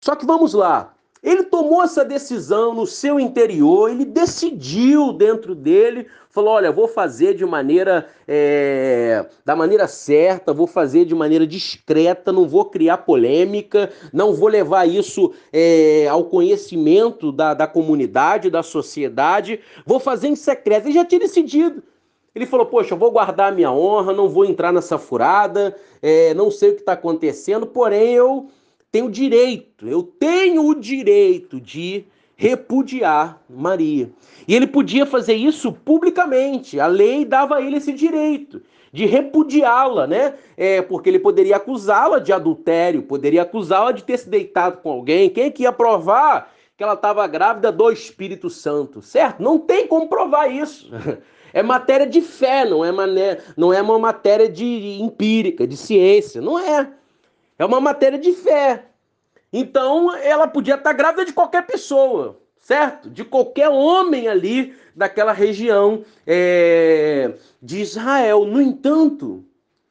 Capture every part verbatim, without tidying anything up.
Só que vamos lá. Ele tomou essa decisão no seu interior, ele decidiu dentro dele, falou, olha, vou fazer de maneira, é, da maneira certa, vou fazer de maneira discreta, não vou criar polêmica, não vou levar isso é, ao conhecimento da, da comunidade, da sociedade, vou fazer em secreto. Ele já tinha decidido. Ele falou, poxa, eu vou guardar a minha honra, não vou entrar nessa furada, é, não sei o que está acontecendo, porém eu tenho o direito, eu tenho o direito de repudiar Maria. E ele podia fazer isso publicamente, a lei dava a ele esse direito de repudiá-la, né? É, porque ele poderia acusá-la de adultério, poderia acusá-la de ter se deitado com alguém. Quem que ia provar que ela estava grávida do Espírito Santo, certo? Não tem como provar isso. É matéria de fé, não é, mané, não é uma matéria de empírica, de ciência, não é. É uma matéria de fé. Então, ela podia estar grávida de qualquer pessoa, certo? De qualquer homem ali daquela região é, de Israel. No entanto,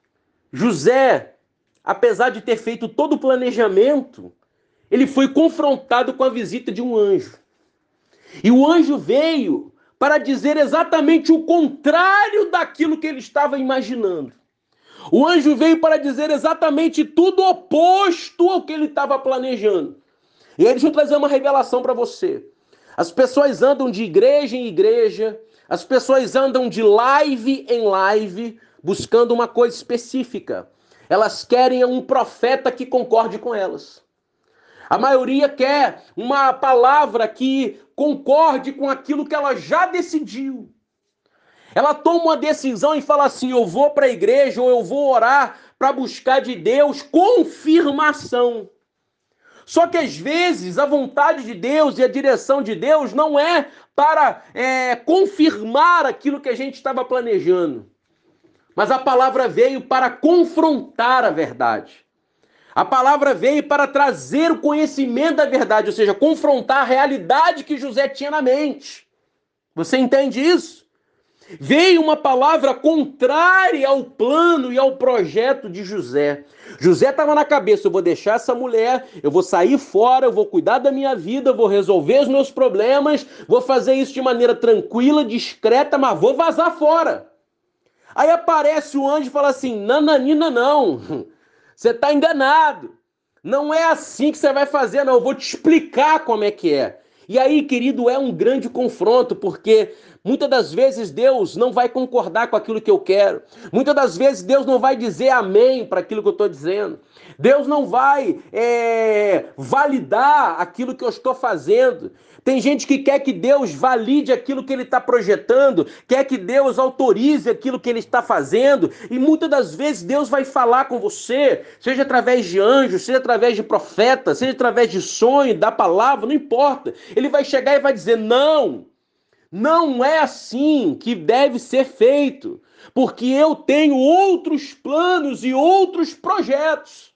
José, apesar de ter feito todo o planejamento, ele foi confrontado com a visita de um anjo. E o anjo veio para dizer exatamente o contrário daquilo que ele estava imaginando. O anjo veio para dizer exatamente tudo oposto ao que ele estava planejando. E aí deixa eu trazer uma revelação para você. As pessoas andam de igreja em igreja, as pessoas andam de live em live, buscando uma coisa específica. Elas querem um profeta que concorde com elas. A maioria quer uma palavra que concorde com aquilo que ela já decidiu. Ela toma uma decisão e fala assim, eu vou para a igreja ou eu vou orar para buscar de Deus confirmação. Só que às vezes a vontade de Deus e a direção de Deus não é para é, confirmar aquilo que a gente estava planejando. Mas a palavra veio para confrontar a verdade. A palavra veio para trazer o conhecimento da verdade, ou seja, confrontar a realidade que José tinha na mente. Você entende isso? Veio uma palavra contrária ao plano e ao projeto de José. José estava na cabeça, eu vou deixar essa mulher, eu vou sair fora, eu vou cuidar da minha vida, eu vou resolver os meus problemas, vou fazer isso de maneira tranquila, discreta, mas vou vazar fora. Aí aparece o anjo e fala assim, nananina não, você está enganado. Não é assim que você vai fazer, não, eu vou te explicar como é que é. E aí, querido, é um grande confronto, porque muitas das vezes Deus não vai concordar com aquilo que eu quero. Muitas das vezes Deus não vai dizer amém para aquilo que eu estou dizendo. Deus não vai é, validar aquilo que eu estou fazendo. Tem gente que quer que Deus valide aquilo que ele está projetando, quer que Deus autorize aquilo que ele está fazendo, e muitas das vezes Deus vai falar com você, seja através de anjos, seja através de profetas, seja através de sonho, da palavra, não importa. Ele vai chegar e vai dizer, não, não é assim que deve ser feito, porque eu tenho outros planos e outros projetos.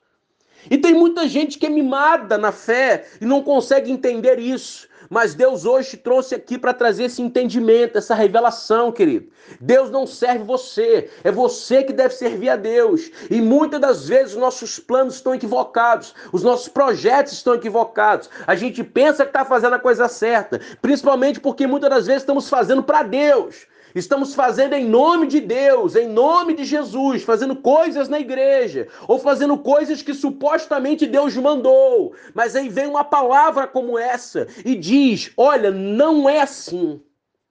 E tem muita gente que é mimada na fé e não consegue entender isso. Mas Deus hoje te trouxe aqui para trazer esse entendimento, essa revelação, querido. Deus não serve você, é você que deve servir a Deus. E muitas das vezes os nossos planos estão equivocados, os nossos projetos estão equivocados. A gente pensa que está fazendo a coisa certa, principalmente porque muitas das vezes estamos fazendo para Deus. Estamos fazendo em nome de Deus, em nome de Jesus, fazendo coisas na igreja, ou fazendo coisas que supostamente Deus mandou. Mas aí vem uma palavra como essa e diz, olha, não é assim.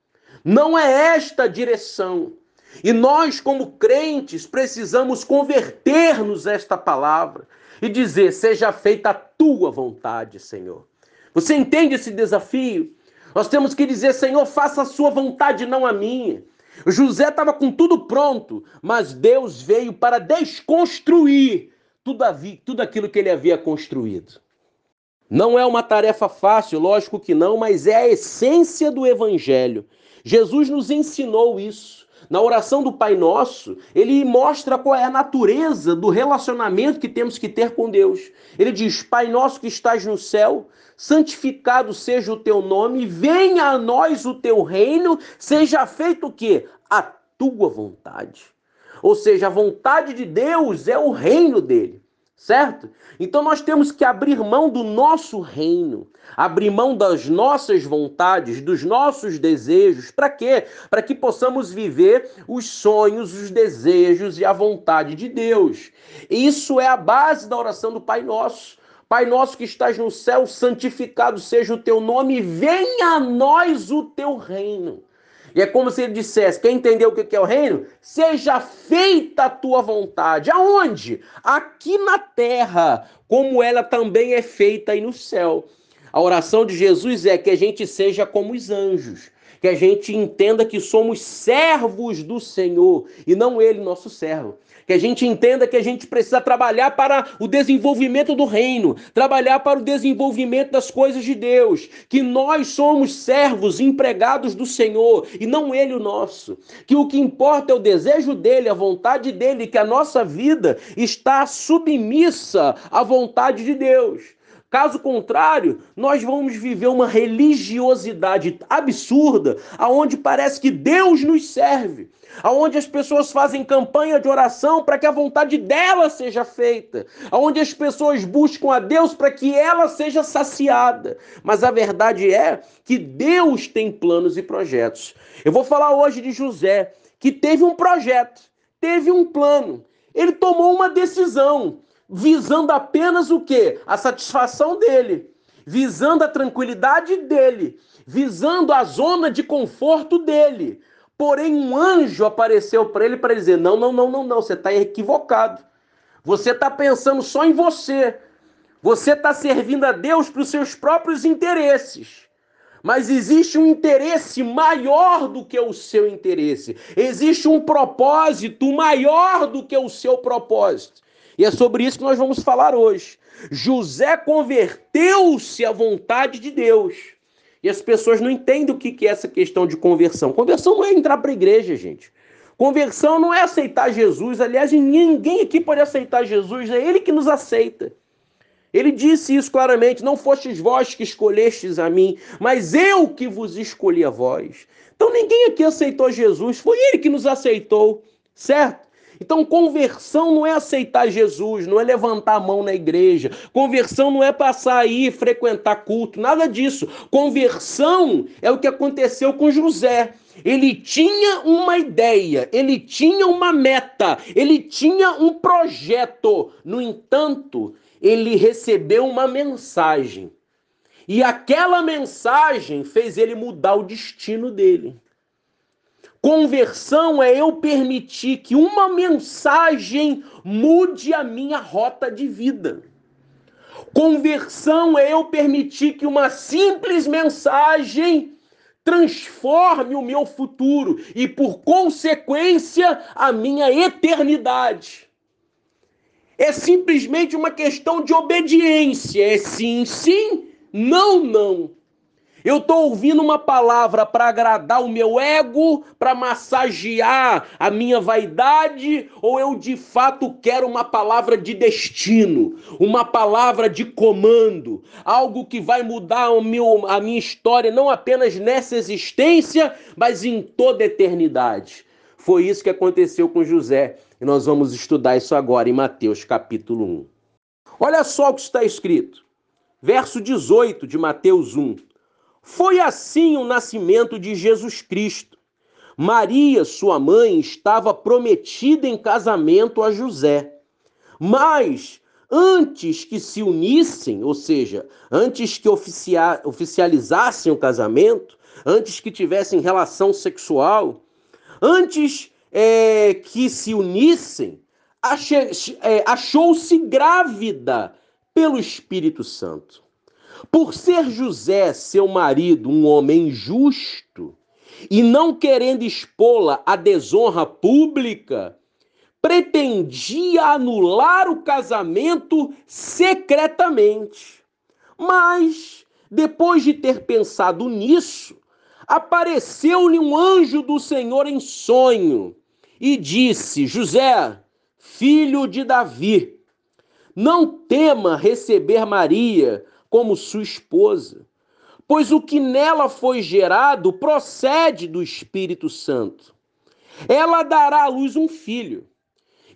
Não é esta a direção. E nós, como crentes, precisamos converter-nos a esta palavra e dizer, seja feita a tua vontade, Senhor. Você entende esse desafio? Nós temos que dizer, Senhor, faça a sua vontade, não a minha. José estava com tudo pronto, mas Deus veio para desconstruir tudo, tudo aquilo que ele havia construído. Não é uma tarefa fácil, lógico que não, mas é a essência do Evangelho. Jesus nos ensinou isso. Na oração do Pai Nosso, ele mostra qual é a natureza do relacionamento que temos que ter com Deus. Ele diz, Pai Nosso que estás no céu, santificado seja o teu nome, venha a nós o teu reino, seja feito o quê? A tua vontade. Ou seja, a vontade de Deus é o reino dele. certo? Então nós temos que abrir mão do nosso reino, abrir mão das nossas vontades, dos nossos desejos. Para quê? Para que possamos viver os sonhos, os desejos e a vontade de Deus. Isso é a base da oração do Pai Nosso. Pai nosso que estás no céu, santificado seja o teu nome, venha a nós o teu reino. E é como se ele dissesse, quer entender o que é o reino? Seja feita a tua vontade. Aonde? Aqui na terra, como ela também é feita aí no céu. A oração de Jesus é que a gente seja como os anjos, que a gente entenda que somos servos do Senhor e não ele, nosso servo. Que a gente entenda que a gente precisa trabalhar para o desenvolvimento do reino, trabalhar para o desenvolvimento das coisas de Deus, que nós somos servos, empregados do Senhor e não ele o nosso. Que o que importa é o desejo dele, a vontade dele, que a nossa vida está submissa à vontade de Deus. Caso contrário, nós vamos viver uma religiosidade absurda, aonde parece que Deus nos serve, aonde as pessoas fazem campanha de oração para que a vontade dela seja feita, aonde as pessoas buscam a Deus para que ela seja saciada. Mas a verdade é que Deus tem planos e projetos. Eu vou falar hoje de José, que teve um projeto, teve um plano, ele tomou uma decisão, visando apenas o quê? A satisfação dele, visando a tranquilidade dele, visando a zona de conforto dele. Porém, um anjo apareceu para ele para dizer, não, não, não, não, não, você está equivocado. Você está pensando só em você. Você está servindo a Deus para os seus próprios interesses. Mas existe um interesse maior do que o seu interesse. Existe um propósito maior do que o seu propósito. E é sobre isso que nós vamos falar hoje. José converteu-se à vontade de Deus. E as pessoas não entendem o que é essa questão de conversão. Conversão não é entrar para a igreja, gente. Conversão não é aceitar Jesus. Aliás, ninguém aqui pode aceitar Jesus. É ele que nos aceita. Ele disse isso claramente, não fostes vós que escolhestes a mim, mas eu que vos escolhi a vós. Então ninguém aqui aceitou Jesus, foi ele que nos aceitou, certo? Então conversão não é aceitar Jesus, não é levantar a mão na igreja, conversão não é passar aí e frequentar culto, nada disso. Conversão é o que aconteceu com José. Ele tinha uma ideia, ele tinha uma meta, ele tinha um projeto, no entanto, ele recebeu uma mensagem. E aquela mensagem fez ele mudar o destino dele. Conversão é eu permitir que uma mensagem mude a minha rota de vida. Conversão é eu permitir que uma simples mensagem transforme o meu futuro e, por consequência, a minha eternidade. É simplesmente uma questão de obediência. É sim, sim, não, não. Eu estou ouvindo uma palavra para agradar o meu ego, para massagear a minha vaidade, ou eu de fato quero uma palavra de destino, uma palavra de comando, algo que vai mudar o meu, a minha história não apenas nessa existência, mas em toda a eternidade. Foi isso que aconteceu com José. E nós vamos estudar isso agora em Mateus capítulo um. Olha só o que está escrito. Verso dezoito de Mateus um. Foi assim o nascimento de Jesus Cristo. Maria, sua mãe, estava prometida em casamento a José. Mas, antes que se unissem, ou seja, antes que oficia- oficializassem o casamento, antes que tivessem relação sexual, antes é, que se unissem, ache- é, achou-se grávida pelo Espírito Santo. Por ser José, seu marido, um homem justo, e não querendo expô-la à desonra pública, pretendia anular o casamento secretamente. Mas, depois de ter pensado nisso, apareceu-lhe um anjo do Senhor em sonho e disse: José, filho de Davi, não tema receber Maria como sua esposa, pois o que nela foi gerado procede do Espírito Santo. Ela dará à luz um filho,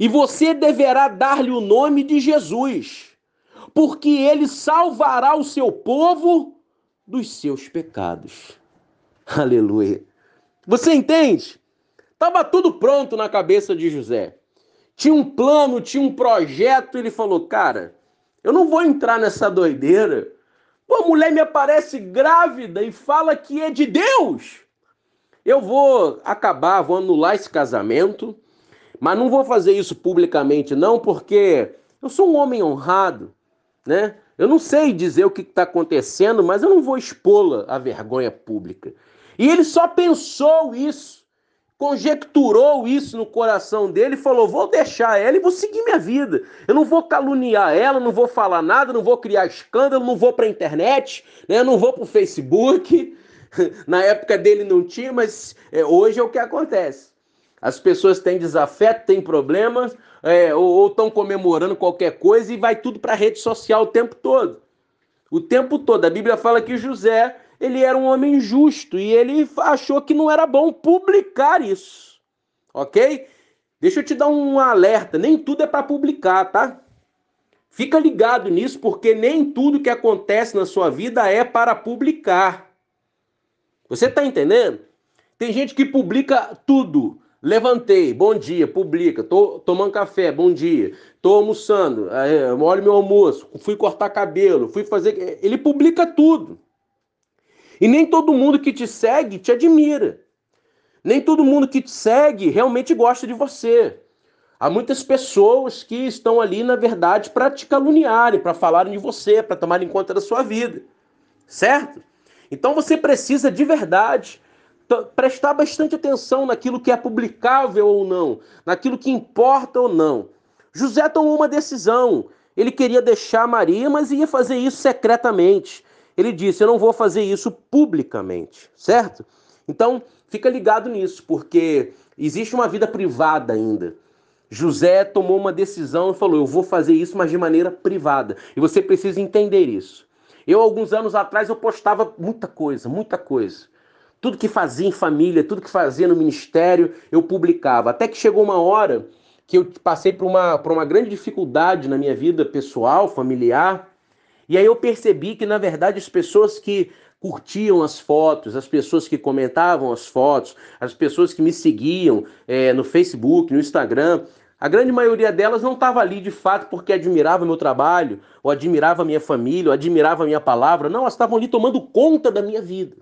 E você deverá dar-lhe o nome de Jesus, porque ele salvará o seu povo dos seus pecados. Aleluia. Você entende? Estava tudo pronto na cabeça de José. Tinha um plano, tinha um projeto. Ele falou, cara, eu não vou entrar nessa doideira. Pô, a mulher me aparece grávida e fala que é de Deus. Eu vou acabar, vou anular esse casamento, mas não vou fazer isso publicamente não, porque eu sou um homem honrado, né? Eu não sei dizer o que está acontecendo, mas eu não vou expô-la à vergonha pública. E ele só pensou isso, conjecturou isso no coração dele e falou, vou deixar ela e vou seguir minha vida. Eu não vou caluniar ela, não vou falar nada, não vou criar escândalo, não vou para a internet, né? Não vou para o Facebook. Na época dele não tinha, mas é, hoje é o que acontece. As pessoas têm desafeto, têm problemas, é, ou estão comemorando qualquer coisa e vai tudo para a rede social o tempo todo. O tempo todo. A Bíblia fala que José, ele era um homem justo e ele achou que não era bom publicar isso. Ok? Deixa eu te dar um alerta. Nem tudo é para publicar, tá? Fica ligado nisso, porque nem tudo que acontece na sua vida é para publicar. Você está entendendo? Tem gente que publica tudo. Levantei, bom dia, publica. Tô tomando café, bom dia. Tô almoçando, olha meu almoço. Fui cortar cabelo, fui fazer... Ele publica tudo. E nem todo mundo que te segue te admira. Nem todo mundo que te segue realmente gosta de você. Há muitas pessoas que estão ali, na verdade, para te caluniarem, para falarem de você, para tomarem conta da sua vida. Certo? Então você precisa de verdade prestar bastante atenção naquilo que é publicável ou não, naquilo que importa ou não. José tomou uma decisão. Ele queria deixar Maria, mas ia fazer isso secretamente. Ele disse, eu não vou fazer isso publicamente, certo? Então, fica ligado nisso, porque existe uma vida privada ainda. José tomou uma decisão e falou, eu vou fazer isso, mas de maneira privada. E você precisa entender isso. Eu, alguns anos atrás, eu postava muita coisa, muita coisa. Tudo que fazia em família, tudo que fazia no ministério, eu publicava. Até que chegou uma hora que eu passei por uma, por uma grande dificuldade na minha vida pessoal, familiar. E aí eu percebi que, na verdade, as pessoas que curtiam as fotos, as pessoas que comentavam as fotos, as pessoas que me seguiam é, no Facebook, no Instagram, a grande maioria delas não estava ali de fato porque admirava meu trabalho, ou admirava minha família, ou admirava a minha palavra. Não, elas estavam ali tomando conta da minha vida.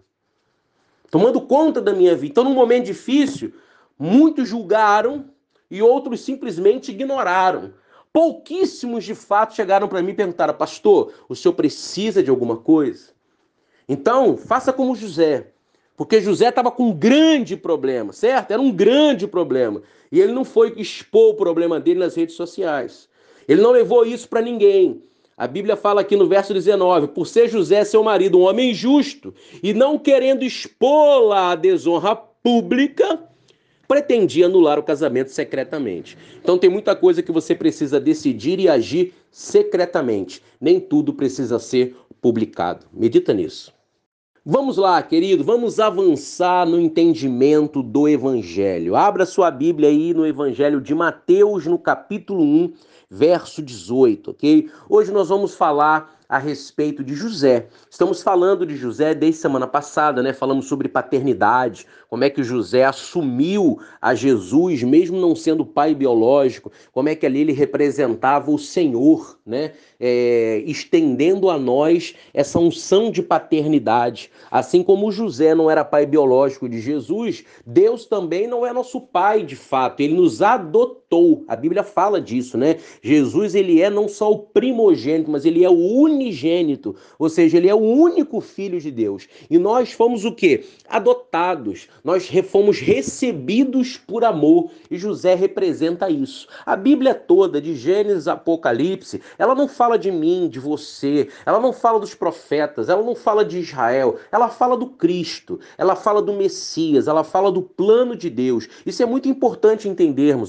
Tomando conta da minha vida. Então, num momento difícil, muitos julgaram e outros simplesmente ignoraram. Pouquíssimos, de fato, chegaram para mim e perguntaram, pastor, o senhor precisa de alguma coisa? Então, faça como José. Porque José estava com um grande problema, certo? Era um grande problema. E ele não foi expor o problema dele nas redes sociais. Ele não levou isso para ninguém. A Bíblia fala aqui no verso dezenove, por ser José seu marido um homem justo e não querendo expô-la à desonra pública, pretendia anular o casamento secretamente. Então tem muita coisa que você precisa decidir e agir secretamente. Nem tudo precisa ser publicado. Medita nisso. Vamos lá, querido, vamos avançar no entendimento do Evangelho. Abra sua Bíblia aí no Evangelho de Mateus, no capítulo um, verso dezoito, ok? Hoje nós vamos falar a respeito de José. Estamos falando de José desde semana passada, né? Falamos sobre paternidade, como é que José assumiu a Jesus, mesmo não sendo pai biológico, como é que ali ele representava o Senhor, né? É, estendendo a nós essa unção de paternidade. Assim como José não era pai biológico de Jesus, Deus também não é nosso pai de fato, ele nos adotou. A Bíblia fala disso, né? Jesus, ele é não só o primogênito, mas ele é o unigênito, ou seja, ele é o único filho de Deus. E nós fomos o quê? Adotados. Nós fomos recebidos por amor. E José representa isso. A Bíblia toda, de Gênesis a Apocalipse, ela não fala de mim, de você, ela não fala dos profetas, ela não fala de Israel, ela fala do Cristo, ela fala do Messias, ela fala do plano de Deus. Isso é muito importante entendermos, ok?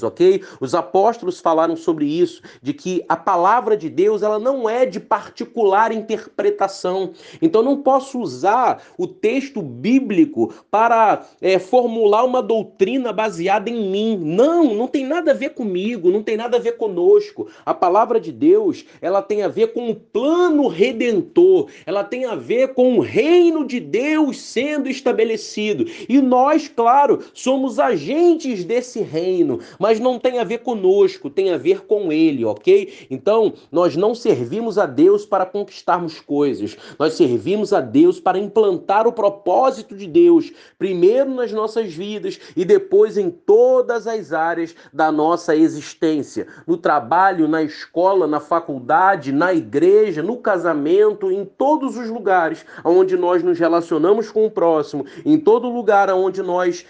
Os apóstolos falaram sobre isso, de que a palavra de Deus ela não é de particular interpretação. Então não posso usar o texto bíblico para é, formular uma doutrina baseada em mim. Não, não tem nada a ver comigo, não tem nada a ver conosco. A palavra de Deus, ela tem a ver com o plano redentor, ela tem a ver com o reino de Deus sendo estabelecido. E nós, claro, somos agentes desse reino, mas não tem a ver conosco, tem a ver com ele, ok? Então, nós não servimos a Deus para conquistarmos coisas, nós servimos a Deus para implantar o propósito de Deus, primeiro nas nossas vidas e depois em todas as áreas da nossa existência, no trabalho, na escola, na faculdade, na igreja, no casamento, em todos os lugares onde nós nos relacionamos com o próximo, em todo lugar onde nós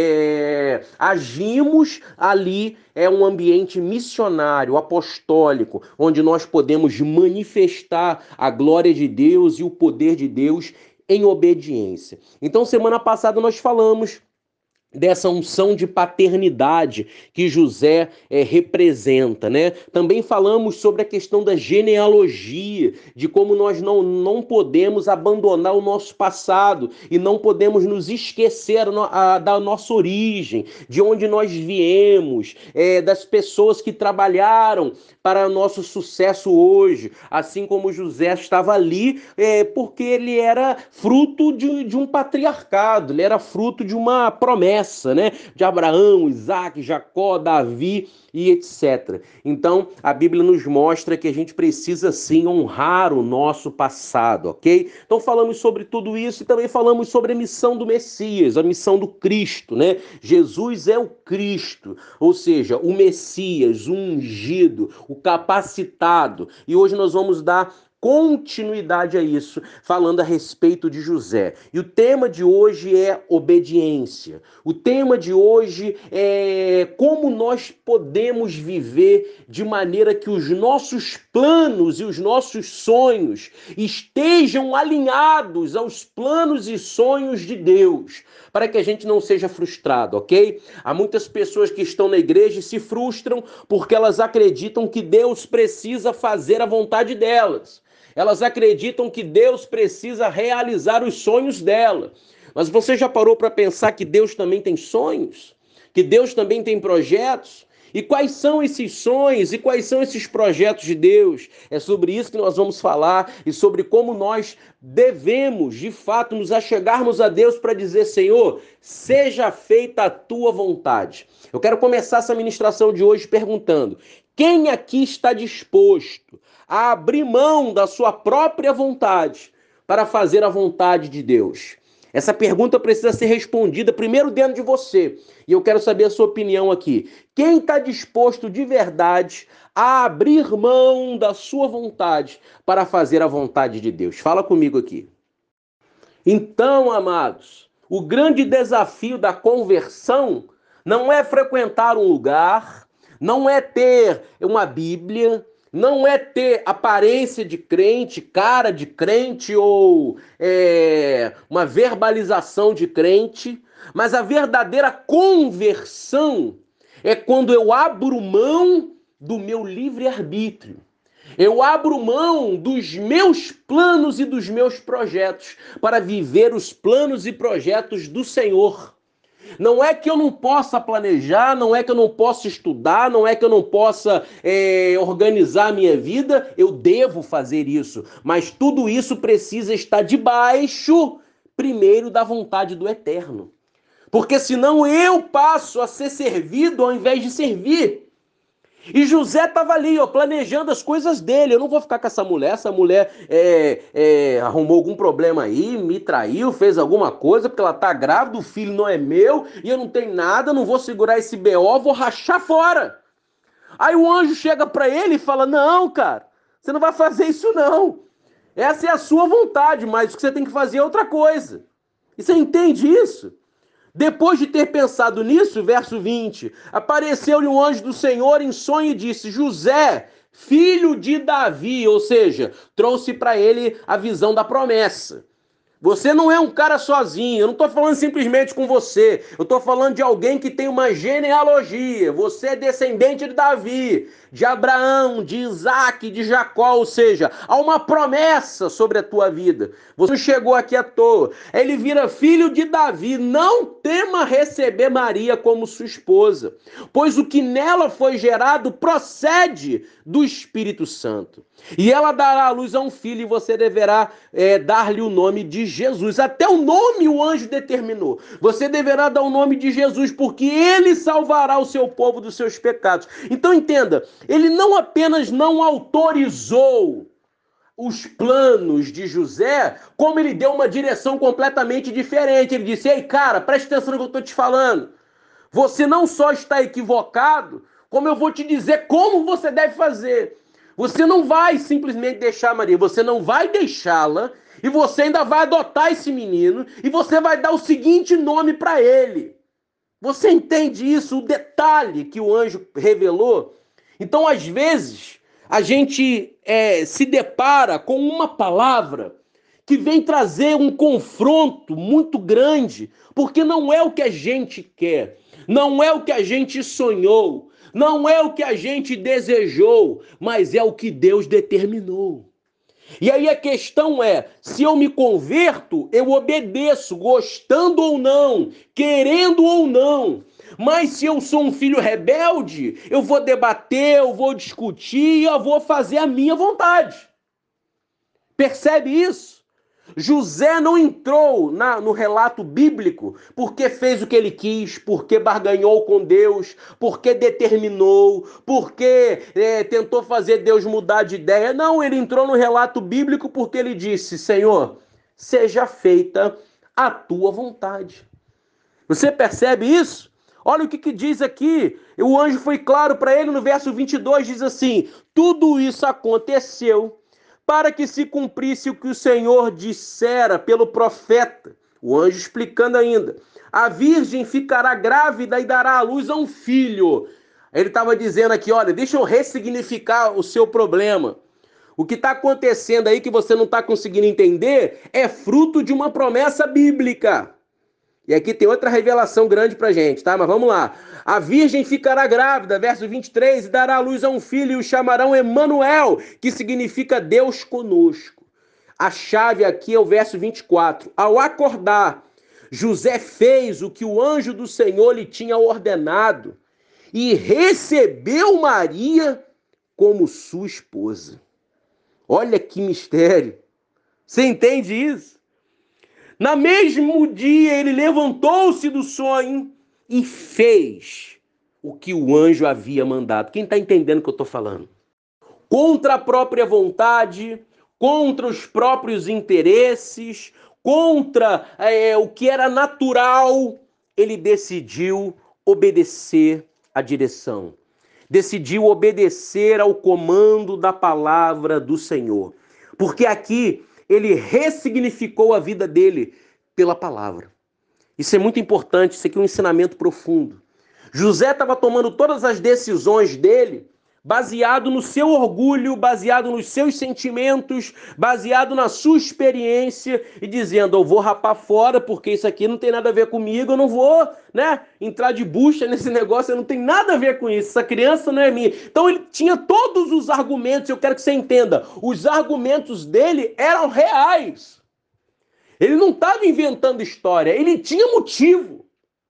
é, agimos, ali é um ambiente missionário, apostólico, onde nós podemos manifestar a glória de Deus e o poder de Deus em obediência. Então, semana passada nós falamos dessa unção de paternidade que José é, representa, né? Também falamos sobre a questão da genealogia, de como nós não, não podemos abandonar o nosso passado e não podemos nos esquecer a, a, da nossa origem, de onde nós viemos, é, das pessoas que trabalharam para nosso sucesso hoje, assim como José estava ali, é, porque ele era fruto de, de um patriarcado, ele era fruto de uma promessa, né? De Abraão, Isaac, Jacó, Davi e etcétera. Então, a Bíblia nos mostra que a gente precisa sim honrar o nosso passado, ok? Então, falamos sobre tudo isso e também falamos sobre a missão do Messias, a missão do Cristo, né? Jesus é o Cristo, ou seja, o Messias, o ungido, o capacitado. E hoje nós vamos dar continuidade a isso, falando a respeito de José. E o tema de hoje é obediência. O tema de hoje é como nós podemos viver de maneira que os nossos planos e os nossos sonhos estejam alinhados aos planos e sonhos de Deus, para que a gente não seja frustrado, ok? Há muitas pessoas que estão na igreja e se frustram porque elas acreditam que Deus precisa fazer a vontade delas. Elas acreditam que Deus precisa realizar os sonhos dela. Mas você já parou para pensar que Deus também tem sonhos? Que Deus também tem projetos? E quais são esses sonhos e quais são esses projetos de Deus? É sobre isso que nós vamos falar e sobre como nós devemos, de fato, nos achegarmos a Deus para dizer: Senhor, seja feita a tua vontade. Eu quero começar essa ministração de hoje perguntando: quem aqui está disposto a abrir mão da sua própria vontade para fazer a vontade de Deus? Essa pergunta precisa ser respondida primeiro dentro de você. E eu quero saber a sua opinião aqui. Quem está disposto de verdade a abrir mão da sua vontade para fazer a vontade de Deus? Fala comigo aqui. Então, amados, o grande desafio da conversão não é frequentar um lugar, não é ter uma Bíblia, não é ter aparência de crente, cara de crente ou é, uma verbalização de crente, mas a verdadeira conversão é quando eu abro mão do meu livre-arbítrio. Eu abro mão dos meus planos e dos meus projetos para viver os planos e projetos do Senhor. Não é que eu não possa planejar, não é que eu não possa estudar, não é que eu não possa é, organizar a minha vida, eu devo fazer isso. Mas tudo isso precisa estar debaixo, primeiro, da vontade do Eterno. Porque senão eu passo a ser servido ao invés de servir. E José estava ali, ó, planejando as coisas dele. Eu não vou ficar com essa mulher. Essa mulher é, é, arrumou algum problema aí, me traiu, fez alguma coisa, porque ela tá grávida, o filho não é meu, e eu não tenho nada, não vou segurar esse B O, vou rachar fora. Aí o anjo chega para ele e fala: não, cara, você não vai fazer isso não. Essa é a sua vontade, mas o que você tem que fazer é outra coisa. E você entende isso? Depois de ter pensado nisso, verso vinte, apareceu-lhe um anjo do Senhor em sonho e disse: José, filho de Davi, ou seja, trouxe para ele a visão da promessa. Você não é um cara sozinho, eu não estou falando simplesmente com você, eu estou falando de alguém que tem uma genealogia. Você é descendente de Davi, de Abraão, de Isaac, de Jacó, ou seja, há uma promessa sobre a tua vida. Você não chegou aqui à toa. Ele vira filho de Davi. Não tema receber Maria como sua esposa, pois o que nela foi gerado procede do Espírito Santo. E ela dará à luz a um filho e você deverá é, dar-lhe o nome de Jesus. Até o nome o anjo determinou. Você deverá dar o nome de Jesus, porque ele salvará o seu povo dos seus pecados. Então entenda, ele não apenas não autorizou os planos de José, como ele deu uma direção completamente diferente. Ele disse: ei, cara, preste atenção no que eu estou te falando. Você não só está equivocado, como eu vou te dizer como você deve fazer. Você não vai simplesmente deixar Maria, você não vai deixá-la, e você ainda vai adotar esse menino, e você vai dar o seguinte nome para ele. Você entende isso? O detalhe que o anjo revelou? Então, às vezes, a gente é, se depara com uma palavra que vem trazer um confronto muito grande, porque não é o que a gente quer, não é o que a gente sonhou, não é o que a gente desejou, mas é o que Deus determinou. E aí a questão é, se eu me converto, eu obedeço, gostando ou não, querendo ou não. Mas se eu sou um filho rebelde, eu vou debater, eu vou discutir, eu vou fazer a minha vontade. Percebe isso? José não entrou na, no relato bíblico porque fez o que ele quis, porque barganhou com Deus, porque determinou, porque é, tentou fazer Deus mudar de ideia. Não, ele entrou no relato bíblico porque ele disse: Senhor, seja feita a tua vontade. Você percebe isso? Olha o que, que diz aqui. O anjo foi claro para ele no verso vinte e dois, diz assim: tudo isso aconteceu para que se cumprisse o que o Senhor dissera pelo profeta. O anjo explicando ainda: a virgem ficará grávida e dará à luz a um filho. Ele estava dizendo aqui: olha, deixa eu ressignificar o seu problema. O que está acontecendo aí que você não está conseguindo entender é fruto de uma promessa bíblica. E aqui tem outra revelação grande pra gente, tá? Mas vamos lá. A virgem ficará grávida, verso vinte e três, e dará à luz a um filho e o chamarão Emanuel, que significa Deus conosco. A chave aqui é o verso vinte e quatro. Ao acordar, José fez o que o anjo do Senhor lhe tinha ordenado e recebeu Maria como sua esposa. Olha que mistério. Você entende isso? No mesmo dia, ele levantou-se do sonho e fez o que o anjo havia mandado. Quem está entendendo o que eu estou falando? Contra a própria vontade, contra os próprios interesses, contra é, o que era natural, ele decidiu obedecer à direção. Decidiu obedecer ao comando da palavra do Senhor. Porque aqui ele ressignificou a vida dele pela palavra. Isso é muito importante, isso aqui é um ensinamento profundo. José estava tomando todas as decisões dele baseado no seu orgulho, baseado nos seus sentimentos, baseado na sua experiência e dizendo: eu vou rapar fora porque isso aqui não tem nada a ver comigo, eu não vou, né, entrar de bucha nesse negócio, eu não tem nada a ver com isso, essa criança não é minha. Então ele tinha todos os argumentos, eu quero que você entenda, os argumentos dele eram reais. Ele não estava inventando história, ele tinha motivo.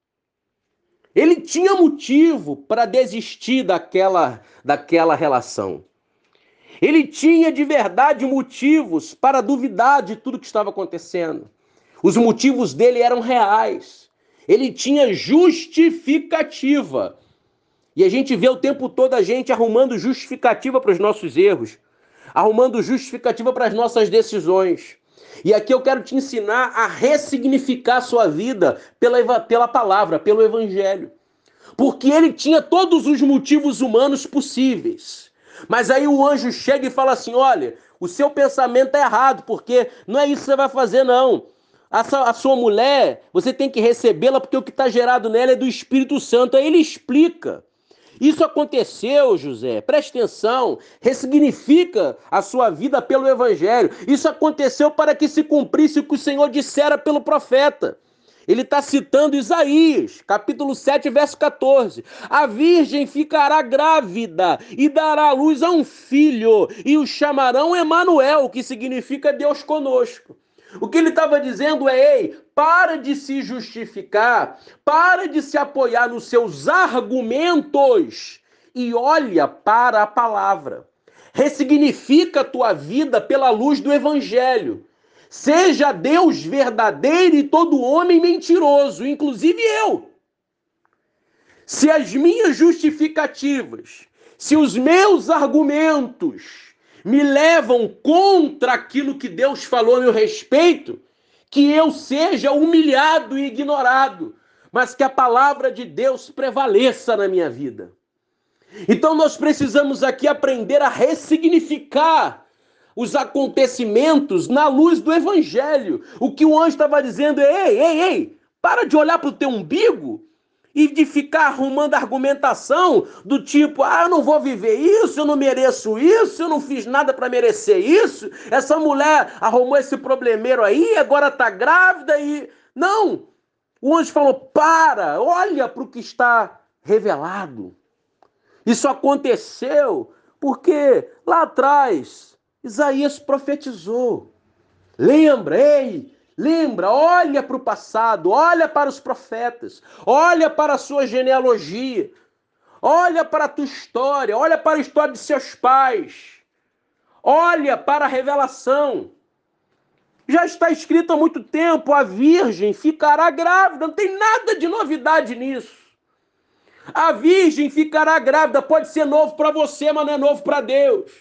Ele tinha motivo para desistir daquela, daquela relação. Ele tinha de verdade motivos para duvidar de tudo que estava acontecendo. Os motivos dele eram reais. Ele tinha justificativa. E a gente vê o tempo todo a gente arrumando justificativa para os nossos erros, arrumando justificativa para as nossas decisões. E aqui eu quero te ensinar a ressignificar a sua vida pela, pela palavra, pelo evangelho. Porque ele tinha todos os motivos humanos possíveis. Mas aí o anjo chega e fala assim: olha, o seu pensamento é errado, porque não é isso que você vai fazer, não. A sua, a sua mulher, você tem que recebê-la porque o que está gerado nela é do Espírito Santo. Aí ele explica. Isso aconteceu, José, preste atenção, ressignifica a sua vida pelo Evangelho. Isso aconteceu para que se cumprisse o que o Senhor dissera pelo profeta. Ele está citando Isaías, capítulo sete, verso quatorze. A virgem ficará grávida e dará à luz a um filho, e o chamarão Emanuel, que significa Deus conosco. O que ele estava dizendo é, ei, para de se justificar, para de se apoiar nos seus argumentos e olha para a palavra. Ressignifica a tua vida pela luz do Evangelho. Seja Deus verdadeiro e todo homem mentiroso, inclusive eu. Se as minhas justificativas, se os meus argumentos me levam contra aquilo que Deus falou a meu respeito, que eu seja humilhado e ignorado, mas que a palavra de Deus prevaleça na minha vida. Então nós precisamos aqui aprender a ressignificar os acontecimentos na luz do Evangelho. O que o anjo estava dizendo é, ei, ei, ei, para de olhar para o teu umbigo e de ficar arrumando argumentação do tipo, ah, eu não vou viver isso, eu não mereço isso, eu não fiz nada para merecer isso, essa mulher arrumou esse problemeiro aí, agora está grávida e... Não! O anjo falou, para, olha para o que está revelado. Isso aconteceu porque lá atrás Isaías profetizou. Lembra, ei, lembra, olha para o passado, olha para os profetas, olha para a sua genealogia, olha para a tua história, olha para a história de seus pais, olha para a revelação. Já está escrito há muito tempo, a virgem ficará grávida, não tem nada de novidade nisso. A virgem ficará grávida, pode ser novo para você, mas não é novo para Deus.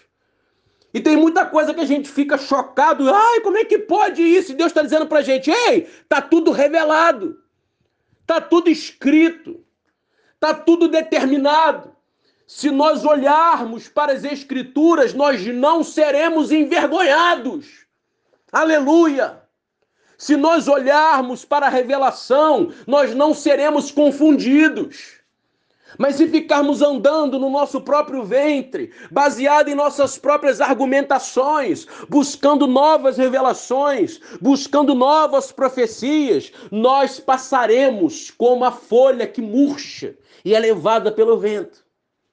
E tem muita coisa que a gente fica chocado. Ai, como é que pode isso? E Deus está dizendo para a gente, ei, está tudo revelado. Está tudo escrito. Está tudo determinado. Se nós olharmos para as Escrituras, nós não seremos envergonhados. Aleluia! Se nós olharmos para a revelação, nós não seremos confundidos. Mas se ficarmos andando no nosso próprio ventre, baseado em nossas próprias argumentações, buscando novas revelações, buscando novas profecias, nós passaremos como a folha que murcha e é levada pelo vento.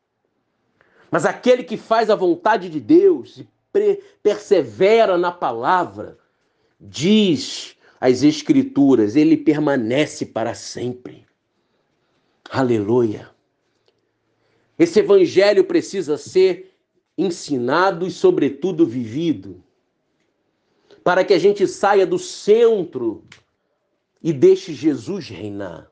Mas aquele que faz a vontade de Deus e persevera na palavra, diz as Escrituras, ele permanece para sempre. Aleluia! Esse evangelho precisa ser ensinado e, sobretudo, vivido, para que a gente saia do centro e deixe Jesus reinar.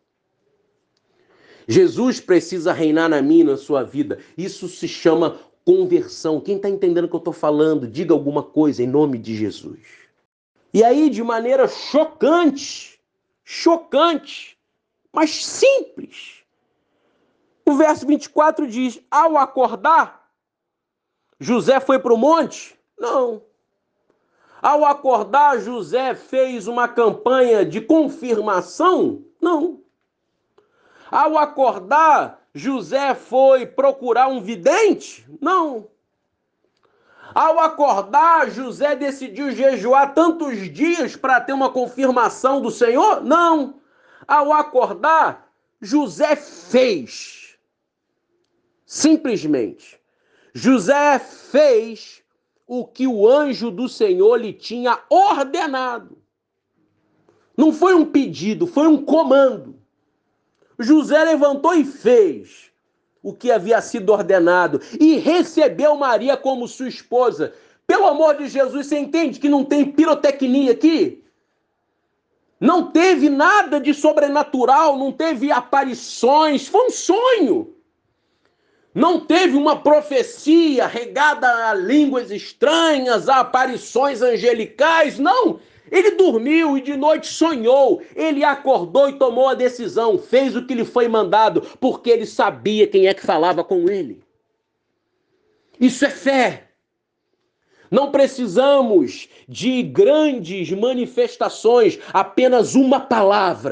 Jesus precisa reinar na minha e na sua vida. Isso se chama conversão. Quem está entendendo o que eu estou falando, diga alguma coisa em nome de Jesus. E aí, de maneira chocante, chocante, mas simples, o verso vinte e quatro diz, ao acordar, José foi para o monte? Não. Ao acordar, José fez uma campanha de confirmação? Não. Ao acordar, José foi procurar um vidente? Não. Ao acordar, José decidiu jejuar tantos dias para ter uma confirmação do Senhor? Não. Ao acordar, José fez. Simplesmente, José fez o que o anjo do Senhor lhe tinha ordenado. Não foi um pedido, foi um comando. José levantou e fez o que havia sido ordenado e recebeu Maria como sua esposa. Pelo amor de Jesus, você entende que não tem pirotecnia aqui? Não teve nada de sobrenatural, não teve aparições, foi um sonho. Não teve uma profecia regada a línguas estranhas, a aparições angelicais, não. Ele dormiu e de noite sonhou. Ele acordou e tomou a decisão, fez o que lhe foi mandado, porque ele sabia quem é que falava com ele. Isso é fé. Não precisamos de grandes manifestações, apenas uma palavra.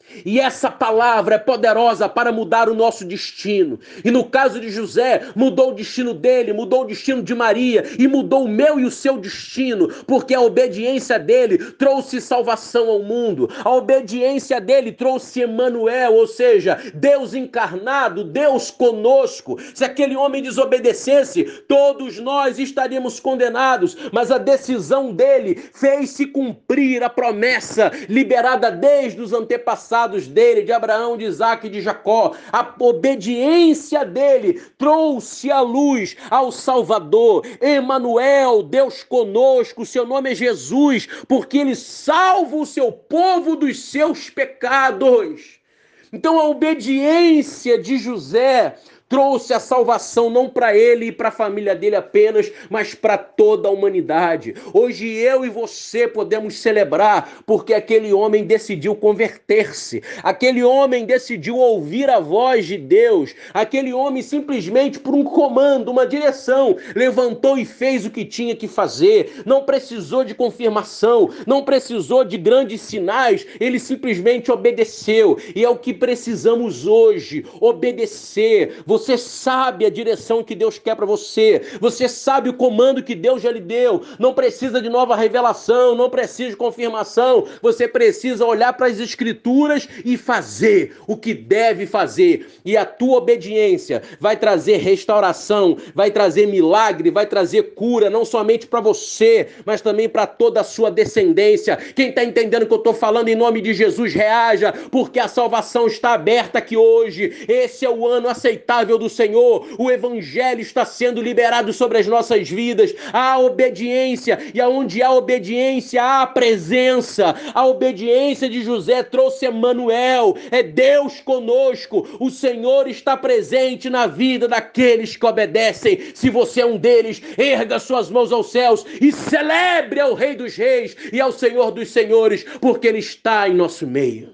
E essa palavra é poderosa para mudar o nosso destino. E no caso de José, mudou o destino dele, mudou o destino de Maria e mudou o meu e o seu destino, porque a obediência dele trouxe salvação ao mundo. A obediência dele trouxe Emanuel, ou seja, Deus encarnado, Deus conosco. Se aquele homem desobedecesse, todos nós estaríamos condenados, mas a decisão dele fez se cumprir a promessa liberada desde os antepassados dele, de Abraão, de Isaac e de Jacó. A obediência dele trouxe a luz ao Salvador. Emanuel, Deus conosco, seu nome é Jesus, porque ele salva o seu povo dos seus pecados. Então a obediência de José trouxe a salvação não para ele e para a família dele apenas, mas para toda a humanidade. Hoje eu e você podemos celebrar porque aquele homem decidiu converter-se. Aquele homem decidiu ouvir a voz de Deus. Aquele homem simplesmente por um comando, uma direção, levantou e fez o que tinha que fazer. Não precisou de confirmação, não precisou de grandes sinais, ele simplesmente obedeceu. E é o que precisamos hoje, obedecer. Você sabe a direção que Deus quer para você. Você sabe o comando que Deus já lhe deu. Não precisa de nova revelação, não precisa de confirmação. Você precisa olhar para as Escrituras e fazer o que deve fazer. E a tua obediência vai trazer restauração, vai trazer milagre, vai trazer cura, não somente para você, mas também para toda a sua descendência. Quem está entendendo o que eu estou falando, em nome de Jesus, reaja, porque a salvação está aberta aqui hoje. Esse é o ano aceitável do Senhor, o evangelho está sendo liberado sobre as nossas vidas. Há obediência, e aonde há obediência, há presença. A obediência de José trouxe Emanuel, é Deus conosco. O Senhor está presente na vida daqueles que obedecem. Se você é um deles, erga suas mãos aos céus e celebre ao Rei dos Reis e ao Senhor dos Senhores, porque Ele está em nosso meio.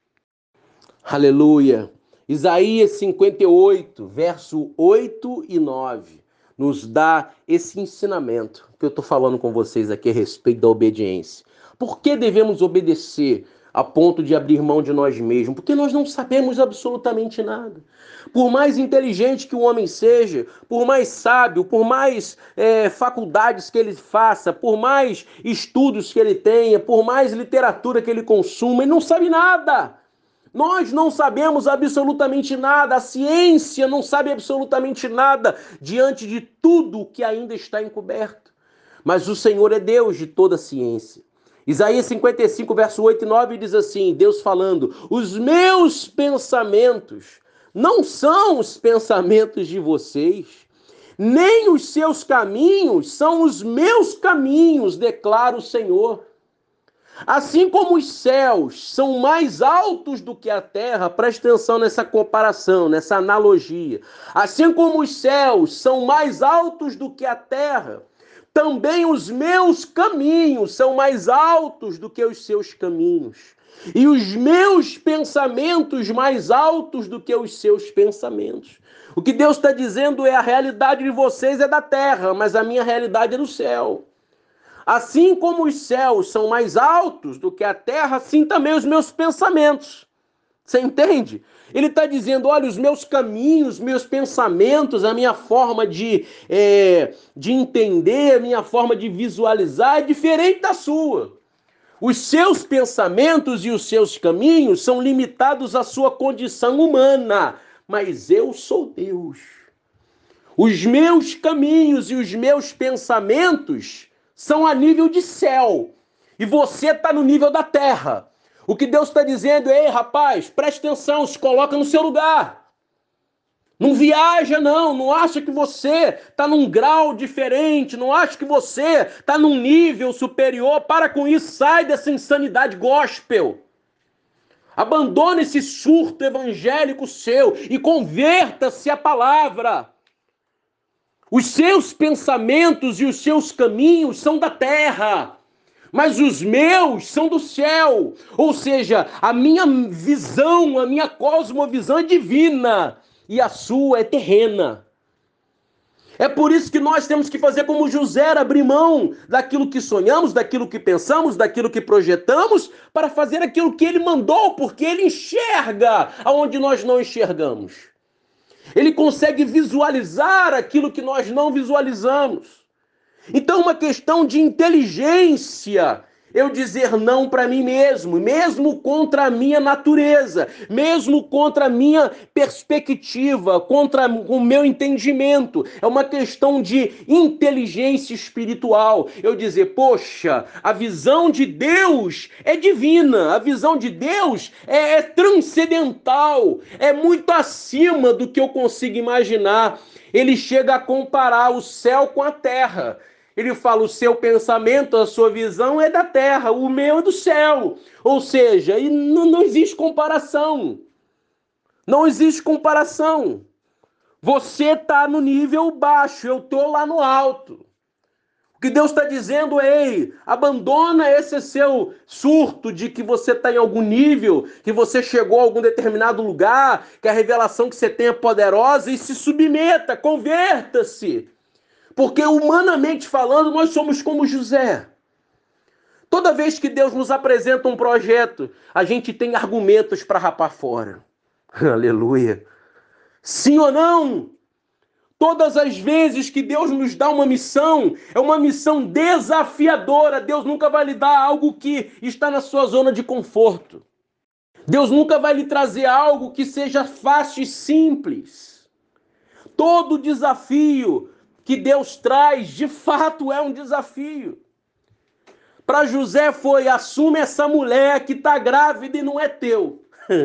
Aleluia. Isaías cinquenta e oito, verso oito e nove, nos dá esse ensinamento que eu estou falando com vocês aqui a respeito da obediência. Por que devemos obedecer a ponto de abrir mão de nós mesmos? Porque nós não sabemos absolutamente nada. Por mais inteligente que o homem seja, por mais sábio, por mais é, faculdades que ele faça, por mais estudos que ele tenha, por mais literatura que ele consuma, ele não sabe nada. Nós não sabemos absolutamente nada, a ciência não sabe absolutamente nada diante de tudo que ainda está encoberto. Mas o Senhor é Deus de toda a ciência. Isaías cinquenta e cinco, verso oito e nove diz assim, Deus falando, os meus pensamentos não são os pensamentos de vocês, nem os seus caminhos são os meus caminhos, declara o Senhor. Assim como os céus são mais altos do que a terra, presta atenção nessa comparação, nessa analogia. Assim como os céus são mais altos do que a terra, também os meus caminhos são mais altos do que os seus caminhos. E os meus pensamentos mais altos do que os seus pensamentos. O que Deus está dizendo é a realidade de vocês é da terra, mas a minha realidade é do céu. Assim como os céus são mais altos do que a terra, assim também os meus pensamentos. Você entende? Ele está dizendo, olha, os meus caminhos, meus pensamentos, a minha forma de, é, de entender, a minha forma de visualizar é diferente da sua. Os seus pensamentos e os seus caminhos são limitados à sua condição humana, mas eu sou Deus. Os meus caminhos e os meus pensamentos são a nível de céu, e você está no nível da terra. O que Deus está dizendo é, ei, rapaz, preste atenção, se coloca no seu lugar. Não viaja, não. Não acha que você está num grau diferente, não acha que você está num nível superior. Para com isso, sai dessa insanidade gospel. Abandone esse surto evangélico seu e converta-se à palavra. Os seus pensamentos e os seus caminhos são da terra, mas os meus são do céu. Ou seja, a minha visão, a minha cosmovisão é divina e a sua é terrena. É por isso que nós temos que fazer como José, abrir mão daquilo que sonhamos, daquilo que pensamos, daquilo que projetamos, para fazer aquilo que ele mandou, porque ele enxerga aonde nós não enxergamos. Ele consegue visualizar aquilo que nós não visualizamos. Então, uma questão de inteligência, eu dizer não para mim mesmo, mesmo contra a minha natureza, mesmo contra a minha perspectiva, contra o meu entendimento. É uma questão de inteligência espiritual. Eu dizer, poxa, a visão de Deus é divina, a visão de Deus é, é transcendental, é muito acima do que eu consigo imaginar. Ele chega a comparar o céu com a terra. Ele fala, o seu pensamento, a sua visão é da terra, o meu é do céu. Ou seja, e não, não existe comparação. Não existe comparação. Você está no nível baixo, eu estou lá no alto. O que Deus está dizendo é, ei, abandona esse seu surto de que você está em algum nível, que você chegou a algum determinado lugar, que a revelação que você tem é poderosa, e se submeta, converta-se. Porque humanamente falando, nós somos como José. Toda vez que Deus nos apresenta um projeto, a gente tem argumentos para rapar fora. Aleluia. Sim ou não? Todas as vezes que Deus nos dá uma missão, é uma missão desafiadora. Deus nunca vai lhe dar algo que está na sua zona de conforto. Deus nunca vai lhe trazer algo que seja fácil e simples. Todo desafio que Deus traz, de fato, é um desafio. Para José foi, assume essa mulher que está grávida e não é teu.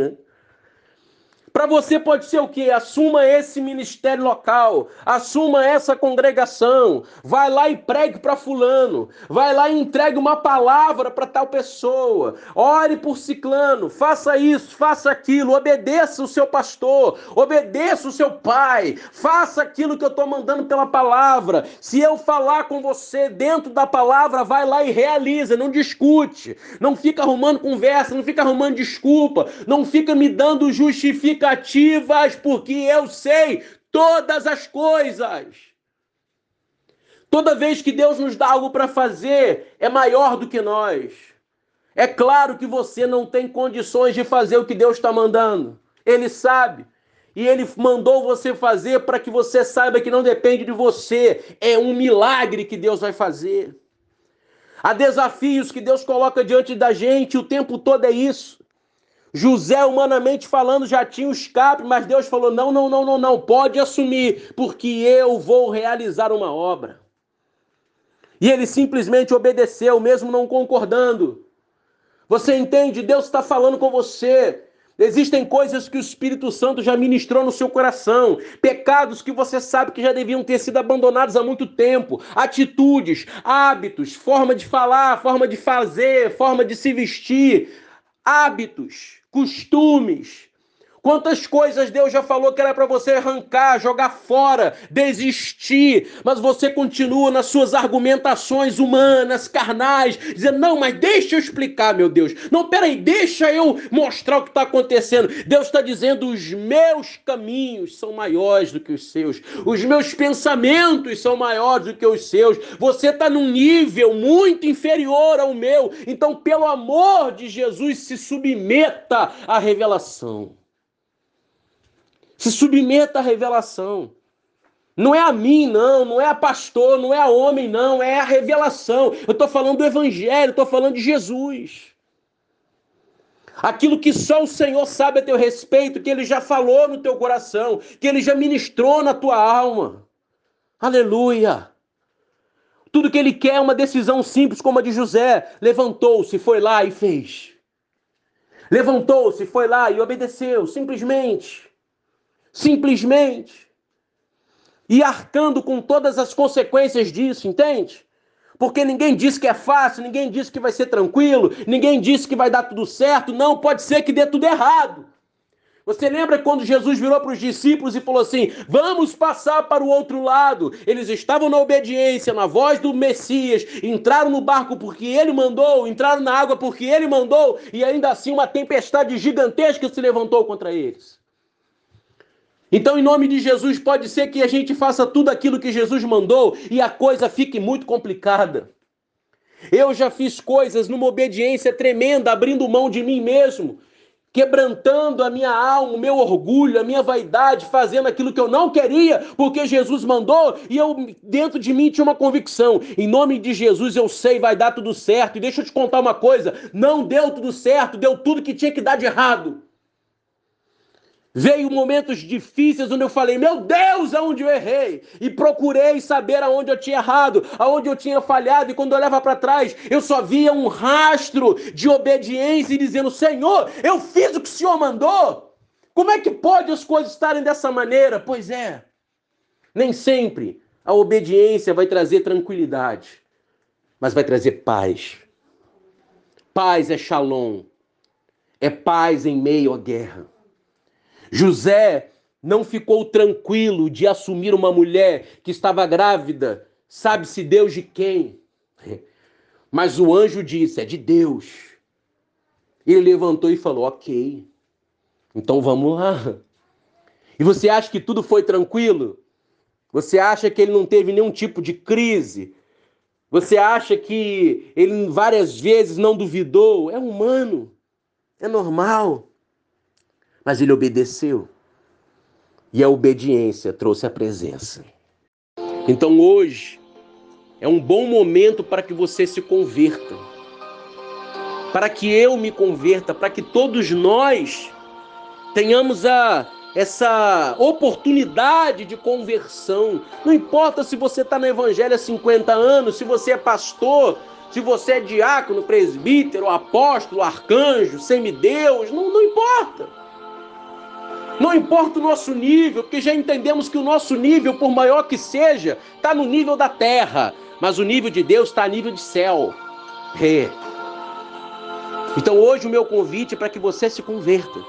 Para você pode ser o quê? Assuma esse ministério local, assuma essa congregação, vai lá e pregue para fulano, vai lá e entregue uma palavra para tal pessoa, ore por ciclano, faça isso, faça aquilo, obedeça o seu pastor, obedeça o seu pai, faça aquilo que eu estou mandando pela palavra. Se eu falar com você dentro da palavra, vai lá e realiza, não discute, não fica arrumando conversa, não fica arrumando desculpa, não fica me dando justificativa, porque eu sei todas as coisas. Toda vez que Deus nos dá algo para fazer, é maior do que nós. É claro que você não tem condições de fazer o que Deus está mandando. Ele sabe. E Ele mandou você fazer para que você saiba que não depende de você. É um milagre que Deus vai fazer. Há desafios que Deus coloca diante da gente, o tempo todo é isso. José, humanamente falando, já tinha o escape, mas Deus falou, não, não, não, não, não, pode assumir, porque eu vou realizar uma obra. E ele simplesmente obedeceu, mesmo não concordando. Você entende? Deus está falando com você. Existem coisas que o Espírito Santo já ministrou no seu coração, pecados que você sabe que já deviam ter sido abandonados há muito tempo, atitudes, hábitos, forma de falar, forma de fazer, forma de se vestir, hábitos, costumes. Quantas coisas Deus já falou que era para você arrancar, jogar fora, desistir, mas você continua nas suas argumentações humanas, carnais, dizendo, não, mas deixa eu explicar, meu Deus. Não, peraí, deixa eu mostrar o que está acontecendo. Deus está dizendo, os meus caminhos são maiores do que os seus. Os meus pensamentos são maiores do que os seus. Você está num nível muito inferior ao meu. Então, pelo amor de Jesus, se submeta à revelação. Se submeta à revelação. Não é a mim, não. Não é a pastor, não é a homem, não. É a revelação. Eu estou falando do Evangelho, estou falando de Jesus. Aquilo que só o Senhor sabe a teu respeito, que Ele já falou no teu coração, que Ele já ministrou na tua alma. Aleluia. Tudo que Ele quer é uma decisão simples como a de José. Levantou-se, foi lá e fez. Levantou-se, foi lá e obedeceu, simplesmente. Simplesmente. E arcando com todas as consequências disso, entende? Porque ninguém disse que é fácil, ninguém disse que vai ser tranquilo, ninguém disse que vai dar tudo certo. Não, pode ser que dê tudo errado. Você lembra quando Jesus virou para os discípulos e falou assim, vamos passar para o outro lado. Eles estavam na obediência, na voz do Messias, entraram no barco porque Ele mandou, entraram na água porque Ele mandou, e ainda assim uma tempestade gigantesca se levantou contra eles. Então, em nome de Jesus, pode ser que a gente faça tudo aquilo que Jesus mandou e a coisa fique muito complicada. Eu já fiz coisas numa obediência tremenda, abrindo mão de mim mesmo, quebrantando a minha alma, o meu orgulho, a minha vaidade, fazendo aquilo que eu não queria, porque Jesus mandou, e eu dentro de mim tinha uma convicção: em nome de Jesus eu sei, vai dar tudo certo. E deixa eu te contar uma coisa, não deu tudo certo, deu tudo que tinha que dar de errado. Veio momentos difíceis onde eu falei: meu Deus, aonde eu errei? E procurei saber aonde eu tinha errado, aonde eu tinha falhado. E quando eu olhava para trás, eu só via um rastro de obediência e dizendo: Senhor, eu fiz o que o Senhor mandou. Como é que pode as coisas estarem dessa maneira? Pois é, nem sempre a obediência vai trazer tranquilidade, mas vai trazer paz. Paz é shalom, é paz em meio à guerra. José não ficou tranquilo de assumir uma mulher que estava grávida, sabe-se Deus de quem. Mas o anjo disse: é de Deus. Ele levantou e falou: ok, então vamos lá. E você acha que tudo foi tranquilo? Você acha que ele não teve nenhum tipo de crise? Você acha que ele várias vezes não duvidou? É humano, é normal. Mas ele obedeceu. E a obediência trouxe a presença. Então hoje é um bom momento para que você se converta. Para que eu me converta, para que todos nós tenhamos a, essa oportunidade de conversão. Não importa se você está no evangelho há cinquenta anos, se você é pastor, se você é diácono, presbítero, apóstolo, arcanjo, semideus, não, não importa. Não importa o nosso nível, porque já entendemos que o nosso nível, por maior que seja, está no nível da terra, mas o nível de Deus está a nível de céu. É. Então hoje o meu convite é para que você se converta.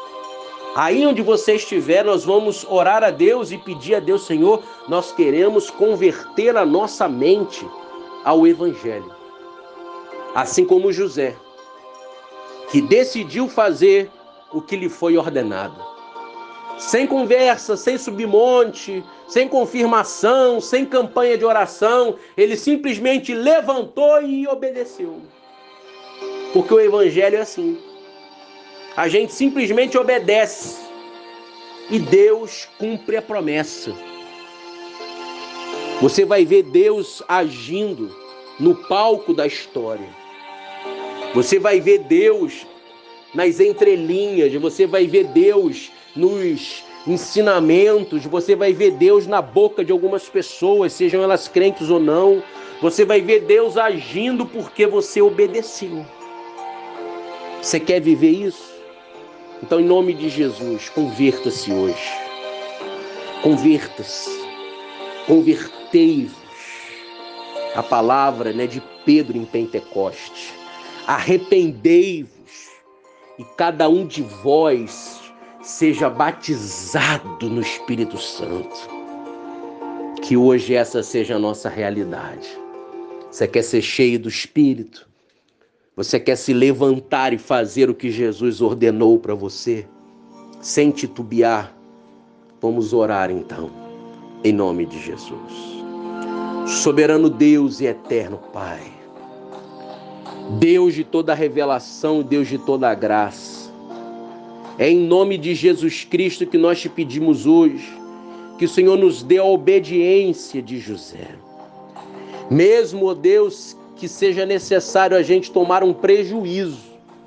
Aí onde você estiver, nós vamos orar a Deus e pedir a Deus: Senhor, nós queremos converter a nossa mente ao Evangelho. Assim como José, que decidiu fazer o que lhe foi ordenado. Sem conversa, sem submonte, sem confirmação, sem campanha de oração, ele simplesmente levantou e obedeceu. Porque o evangelho é assim. A gente simplesmente obedece e Deus cumpre a promessa. Você vai ver Deus agindo no palco da história. Você vai ver Deus nas entrelinhas, você vai ver Deus nos ensinamentos, você vai ver Deus na boca de algumas pessoas, sejam elas crentes ou não. Você vai ver Deus agindo porque você obedeceu. Você quer viver isso? Então, em nome de Jesus, converta-se hoje. Converta-se. Convertei-vos. A palavra, né, de Pedro em Pentecoste. Arrependei-vos e cada um de vós seja batizado no Espírito Santo. Que hoje essa seja a nossa realidade. Você quer ser cheio do Espírito? Você quer se levantar e fazer o que Jesus ordenou para você? Sem titubear. Vamos orar então, em nome de Jesus. Soberano Deus e eterno Pai, Deus de toda a revelação, Deus de toda a graça, é em nome de Jesus Cristo que nós te pedimos hoje, que o Senhor nos dê a obediência de José. Mesmo, ó Deus, que seja necessário a gente tomar um prejuízo,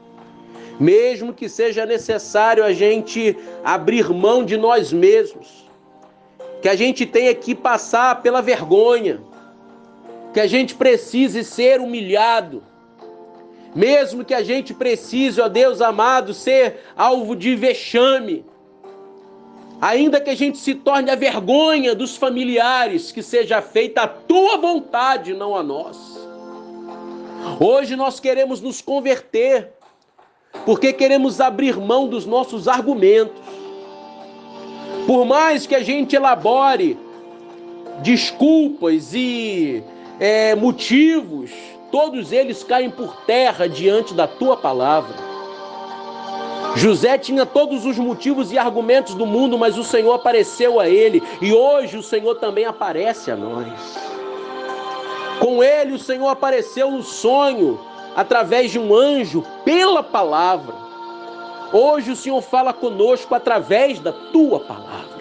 mesmo que seja necessário a gente abrir mão de nós mesmos, que a gente tenha que passar pela vergonha, que a gente precise ser humilhado, mesmo que a gente precise, ó Deus amado, ser alvo de vexame, ainda que a gente se torne a vergonha dos familiares, que seja feita a tua vontade, não a nossa. Hoje nós queremos nos converter, porque queremos abrir mão dos nossos argumentos. Por mais que a gente elabore desculpas e é, motivos, todos eles caem por terra diante da tua palavra. José tinha todos os motivos e argumentos do mundo, mas o Senhor apareceu a ele, e hoje o Senhor também aparece a nós. Com ele o Senhor apareceu no sonho, através de um anjo, pela palavra. Hoje o Senhor fala conosco através da tua palavra.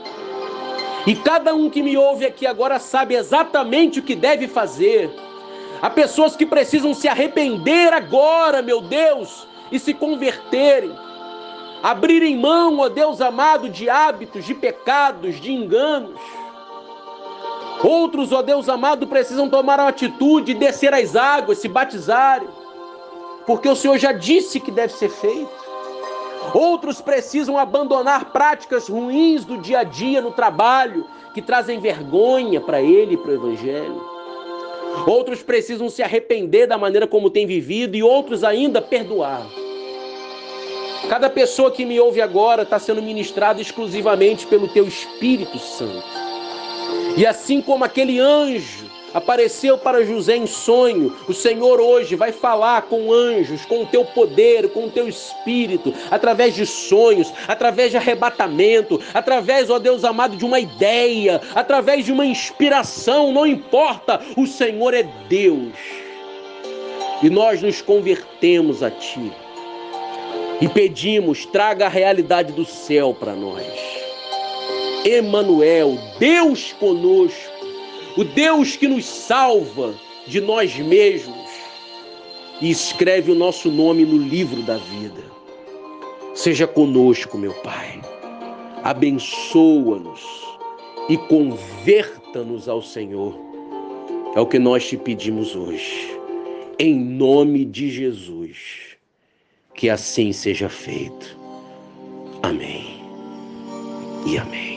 E cada um que me ouve aqui agora sabe exatamente o que deve fazer. Há pessoas que precisam se arrepender agora, meu Deus, e se converterem. Abrirem mão, ó Deus amado, de hábitos, de pecados, de enganos. Outros, ó Deus amado, precisam tomar a atitude de descer as águas, se batizarem, porque o Senhor já disse que deve ser feito. Outros precisam abandonar práticas ruins do dia a dia no trabalho, que trazem vergonha para ele e para o Evangelho. Outros precisam se arrepender da maneira como têm vivido e outros ainda perdoar. Cada pessoa que me ouve agora está sendo ministrada exclusivamente pelo teu Espírito Santo. E assim como aquele anjo apareceu para José em sonho, o Senhor hoje vai falar com anjos, com o teu poder, com o teu Espírito, através de sonhos, através de arrebatamento, através, ó Deus amado, de uma ideia, através de uma inspiração, não importa, o Senhor é Deus. E nós nos convertemos a Ti. E pedimos, traga a realidade do céu para nós. Emanuel, Deus conosco, o Deus que nos salva de nós mesmos e escreve o nosso nome no livro da vida. Seja conosco, meu Pai. Abençoa-nos e converta-nos ao Senhor. É o que nós te pedimos hoje. Em nome de Jesus. Que assim seja feito. Amém e amém.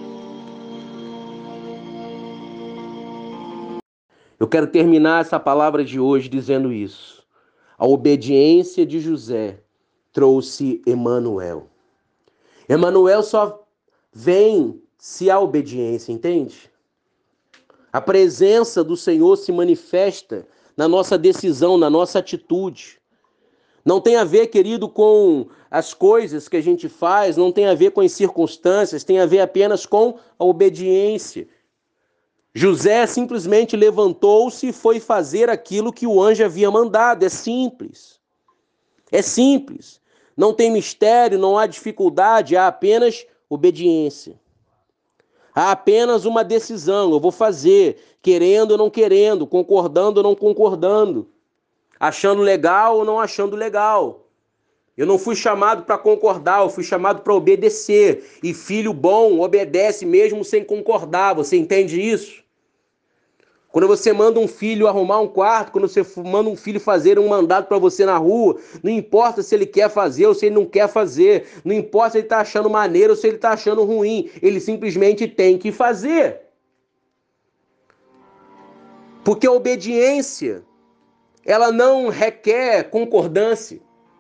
Eu quero terminar essa palavra de hoje dizendo isso. A obediência de José trouxe Emanuel. Emanuel só vem se há obediência, entende? A presença do Senhor se manifesta na nossa decisão, na nossa atitude. Não tem a ver, querido, com as coisas que a gente faz, não tem a ver com as circunstâncias, tem a ver apenas com a obediência. José simplesmente levantou-se e foi fazer aquilo que o anjo havia mandado. É simples. É simples. Não tem mistério, não há dificuldade, há apenas obediência. Há apenas uma decisão, eu vou fazer, querendo ou não querendo, concordando ou não concordando. Achando legal ou não achando legal. Eu não fui chamado para concordar, eu fui chamado para obedecer. E filho bom obedece mesmo sem concordar. Você entende isso? Quando você manda um filho arrumar um quarto, quando você manda um filho fazer um mandado para você na rua, não importa se ele quer fazer ou se ele não quer fazer. Não importa se ele está achando maneiro ou se ele está achando ruim. Ele simplesmente tem que fazer. Porque a obediência, ela não requer concordância.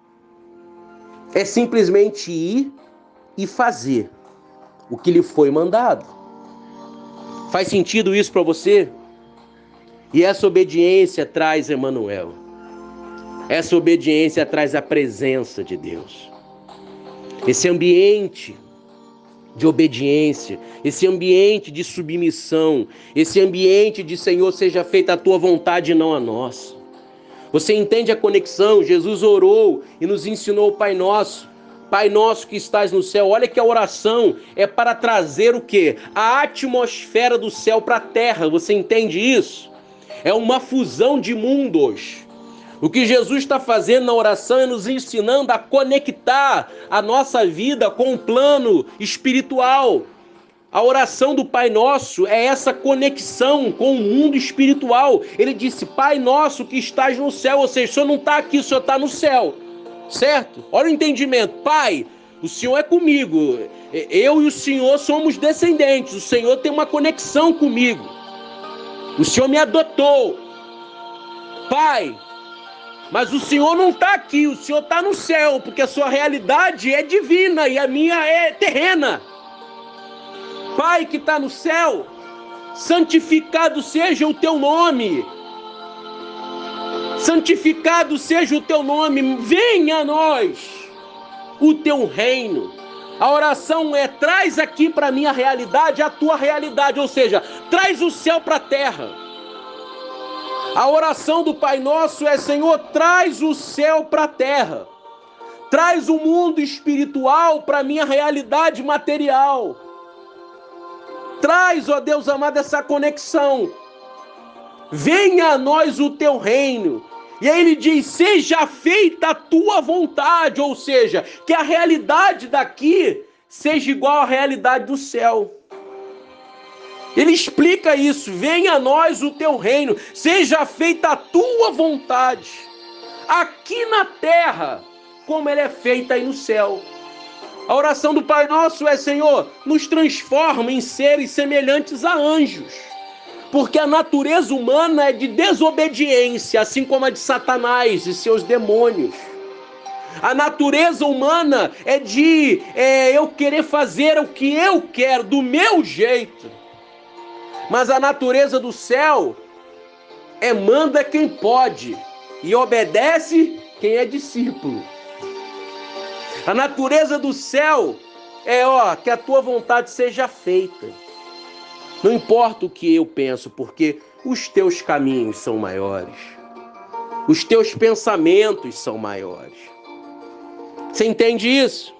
É simplesmente ir e fazer o que lhe foi mandado. Faz sentido isso para você? E essa obediência traz Emanuel. Essa obediência traz a presença de Deus. Esse ambiente de obediência, esse ambiente de submissão, esse ambiente de Senhor, seja feita a tua vontade e não a nossa. Você entende a conexão? Jesus orou e nos ensinou o Pai Nosso. Pai Nosso que estás no céu. Olha que a oração é para trazer o quê? A atmosfera do céu para a terra. Você entende isso? É uma fusão de mundos. O que Jesus está fazendo na oração é nos ensinando a conectar a nossa vida com o plano espiritual. A oração do Pai Nosso é essa conexão com o mundo espiritual. Ele disse, Pai Nosso que estás no céu, ou seja, o Senhor não está aqui, o Senhor está no céu, certo? Olha o entendimento, Pai, o Senhor é comigo, eu e o Senhor somos descendentes, o Senhor tem uma conexão comigo, o Senhor me adotou, Pai, mas o Senhor não está aqui, o Senhor está no céu, porque a sua realidade é divina e a minha é terrena. Pai que está no céu, santificado seja o teu nome. Santificado seja o teu nome. Venha a nós o teu reino. A oração é: traz aqui para a minha realidade a tua realidade, ou seja, traz o céu para a terra. A oração do Pai Nosso é: Senhor, traz o céu para a terra. Traz o mundo espiritual para a minha realidade material. Traz, ó Deus amado, essa conexão. Venha a nós o teu reino. E aí ele diz: seja feita a tua vontade, ou seja, que a realidade daqui seja igual à realidade do céu. Ele explica isso: venha a nós o teu reino, seja feita a tua vontade, aqui na terra, como ela é feita aí no céu. A oração do Pai Nosso é: Senhor, nos transforma em seres semelhantes a anjos. Porque a natureza humana é de desobediência, assim como a de Satanás e seus demônios. A natureza humana é de é, eu querer fazer o que eu quero, do meu jeito. Mas a natureza do céu é manda quem pode e obedece quem é discípulo. A natureza do céu é, ó, que a tua vontade seja feita. Não importa o que eu penso, porque os teus caminhos são maiores. Os teus pensamentos são maiores. Você entende isso?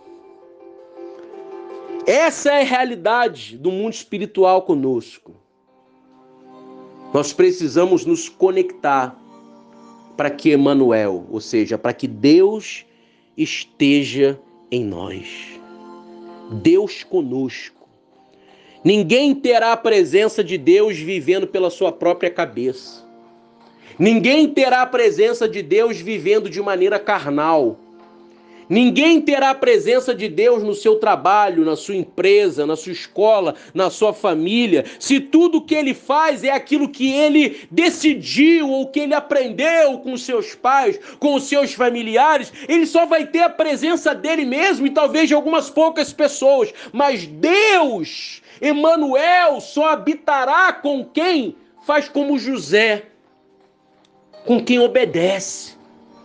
Essa é a realidade do mundo espiritual conosco. Nós precisamos nos conectar para que Emmanuel, ou seja, para que Deus esteja em nós. Deus conosco. Ninguém terá a presença de Deus vivendo pela sua própria cabeça. Ninguém terá a presença de Deus vivendo de maneira carnal. Ninguém terá a presença de Deus no seu trabalho, na sua empresa, na sua escola, na sua família, se tudo que ele faz é aquilo que ele decidiu ou que ele aprendeu com os seus pais, com os seus familiares. Ele só vai ter a presença dele mesmo e talvez de algumas poucas pessoas. Mas Deus, Emmanuel, só habitará com quem faz como José, com quem obedece,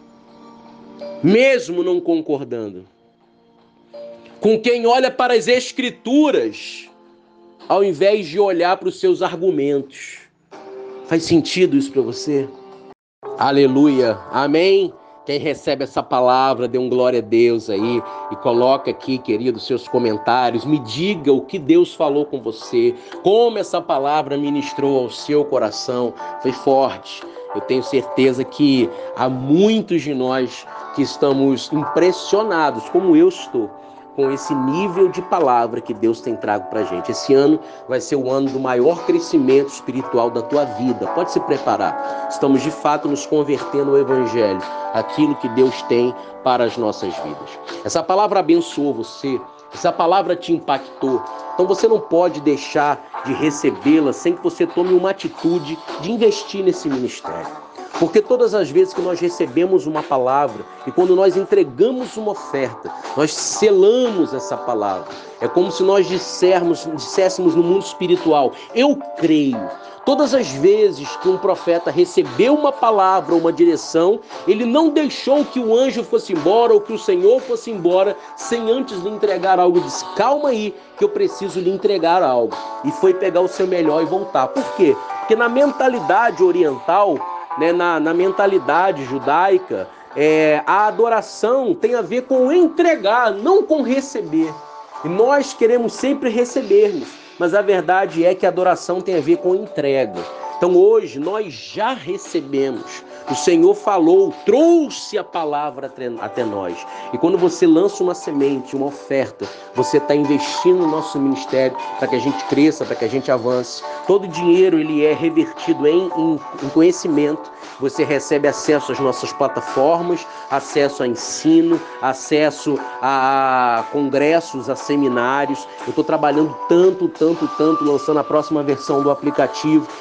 mesmo não concordando, com quem olha para as Escrituras, ao invés de olhar para os seus argumentos. Faz sentido isso para você? Aleluia, amém? Quem recebe essa palavra, dê um glória a Deus aí e coloca aqui, querido, seus comentários. Me diga o que Deus falou com você, como essa palavra ministrou ao seu coração. Foi forte. Eu tenho certeza que há muitos de nós que estamos impressionados, como eu estou, com esse nível de palavra que Deus tem trago para a gente. Esse ano vai ser o ano do maior crescimento espiritual da tua vida. Pode se preparar. Estamos de fato nos convertendo ao Evangelho, aquilo que Deus tem para as nossas vidas. Essa palavra abençoou você, essa palavra te impactou. Então você não pode deixar de recebê-la sem que você tome uma atitude de investir nesse ministério. Porque todas as vezes que nós recebemos uma palavra e quando nós entregamos uma oferta, nós selamos essa palavra. É como se nós dissermos, disséssemos no mundo espiritual: eu creio. Todas as vezes que um profeta recebeu uma palavra ou uma direção, ele não deixou que o anjo fosse embora ou que o Senhor fosse embora sem antes lhe entregar algo. Ele disse: calma aí, que eu preciso lhe entregar algo. E foi pegar o seu melhor e voltar. Por quê? Porque na mentalidade oriental, né, na, na mentalidade judaica, é, a adoração tem a ver com entregar, não com receber. E nós queremos sempre recebermos, mas a verdade é que a adoração tem a ver com entrega. Então hoje nós já recebemos. O Senhor falou, trouxe a palavra até nós. E quando você lança uma semente, uma oferta, você está investindo no nosso ministério para que a gente cresça, para que a gente avance. Todo dinheiro ele é revertido em, em, em conhecimento. Você recebe acesso às nossas plataformas, acesso a ensino, acesso a congressos, a seminários. Eu estou trabalhando tanto, tanto, tanto, lançando a próxima versão do aplicativo e nele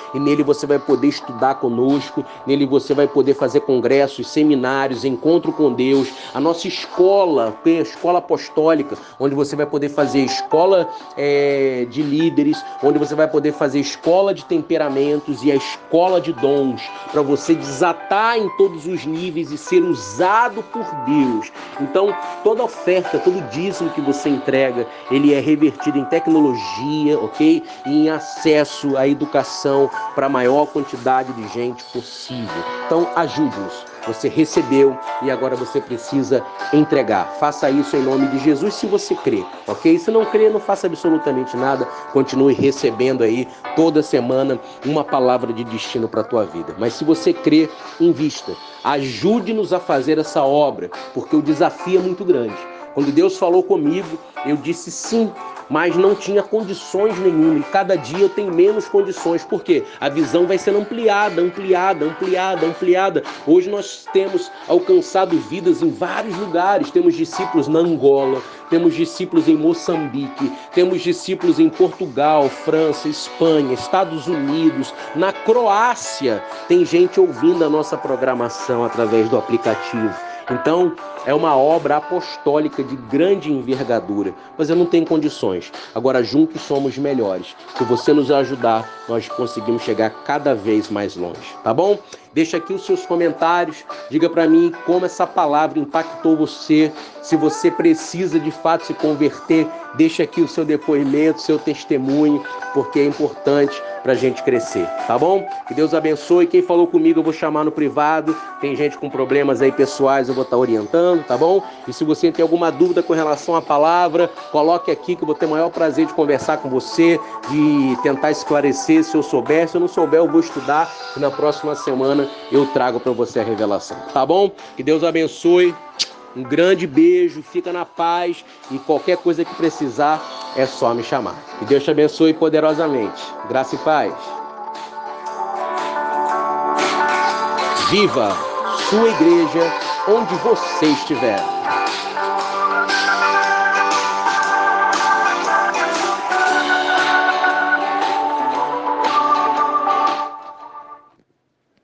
você vai poder estudar conosco, nele você vai poder fazer congressos, seminários, encontro com Deus, a nossa escola, a escola apostólica, onde você vai poder fazer escola é, de líderes, onde você vai poder fazer escola de temperamentos e a escola de dons, para você desatar em todos os níveis e ser usado por Deus. Então, toda oferta, todo dízimo que você entrega, ele é revertido em tecnologia, ok? E em acesso à educação para a maior quantidade de gente possível. Então, ajude-nos. Você recebeu e agora você precisa entregar. Faça isso em nome de Jesus se você crê, ok? Se não crê, não faça absolutamente nada. Continue recebendo aí toda semana uma palavra de destino para a tua vida. Mas se você crê, invista. Ajude-nos a fazer essa obra, porque o desafio é muito grande. Quando Deus falou comigo, eu disse sim, mas não tinha condições nenhuma. E cada dia eu tenho menos condições. Por quê? A visão vai sendo ampliada, ampliada, ampliada, ampliada. Hoje nós temos alcançado vidas em vários lugares. Temos discípulos na Angola, temos discípulos em Moçambique, temos discípulos em Portugal, França, Espanha, Estados Unidos, na Croácia. Tem gente ouvindo a nossa programação através do aplicativo. Então, é uma obra apostólica de grande envergadura, mas eu não tenho condições. Agora, juntos somos melhores. Se você nos ajudar, nós conseguimos chegar cada vez mais longe, tá bom? Deixa aqui os seus comentários, diga para mim como essa palavra impactou você, se você precisa de fato se converter, deixa aqui o seu depoimento, seu testemunho, porque é importante para a gente crescer, tá bom? Que Deus abençoe. Quem falou comigo eu vou chamar no privado, tem gente com problemas aí pessoais, eu vou estar orientando, tá bom? E se você tem alguma dúvida com relação à palavra, coloque aqui que eu vou ter o maior prazer de conversar com você, de tentar esclarecer se eu souber, se eu não souber eu vou estudar e na próxima semana eu trago para você a revelação, tá bom? Que Deus abençoe, um grande beijo, fica na paz e qualquer coisa que precisar é só me chamar. Que Deus te abençoe poderosamente. Graça e paz. Viva sua igreja onde você estiver.